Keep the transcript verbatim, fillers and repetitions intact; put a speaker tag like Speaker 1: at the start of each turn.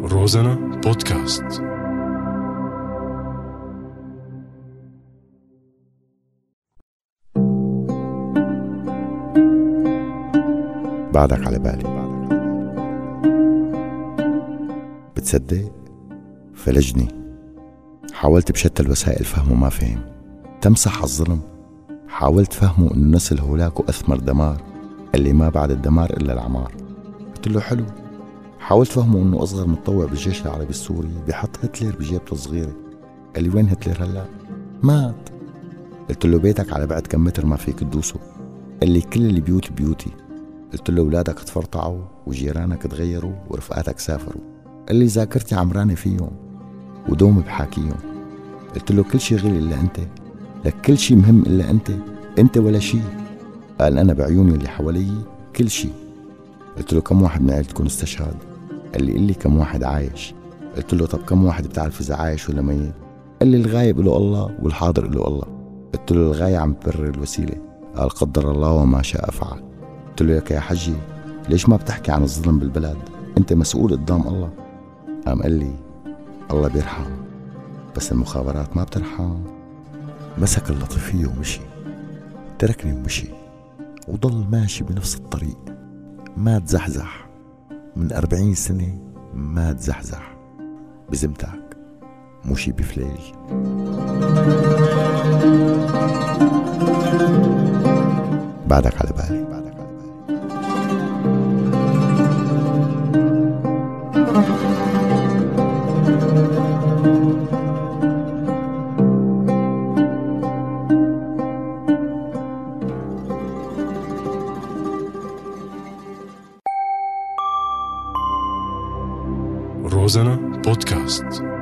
Speaker 1: روزانا بودكاست.
Speaker 2: بعدك على بالي. بتصدق؟ فلجني. حاولت بشتى الوسائل فهمه ما فهم. تمسح على الظلم. حاولت فهمه انه نسل هولاك واثمر دمار، اللي ما بعد الدمار الا العمار. قلت له حلو. حاولت فهمه انه اصغر متطوع بالجيش العربي السوري بيحط هتلر بجيبته الصغيره. قال لي وين هتلر هلا؟ مات. قلت له بيتك على بعد كم متر ما فيك تدوسه. قال لي كل البيوت بيوتي. قلت له اولادك تفرطعوا وجيرانك تغيروا ورفقاتك سافروا. قال لي ذاكرتي عمراني فيهم ودوم بحاكيهم. قلت له كل شي غالي الا انت، لك كل شي مهم الا انت، انت ولا شي. قال انا بعيوني اللي حوالي كل شي. قلت له كم واحد من عيلتكم استشهد؟ قال لي قلي كم واحد عايش. قلت له طب كم واحد بتعرف اذا عايش ولا ميت؟ قال لي الغايب له الله والحاضر له الله. قلت له الغاية عم تبرر الوسيلة. قال قدر الله وما شاء فعل. قلت له لك يا حجي ليش ما بتحكي عن الظلم بالبلد؟ انت مسؤول قدام الله. قام قال لي الله بيرحم بس المخابرات ما بترحم. مسك اللطيفية ومشي، تركني ومشي وضل ماشي بنفس الطريق. ما تزحزح من أربعين سنة، ما تزحزح. بزمتك مشي بفلاج. بعدك على بالي.
Speaker 1: روزانا بودكاست.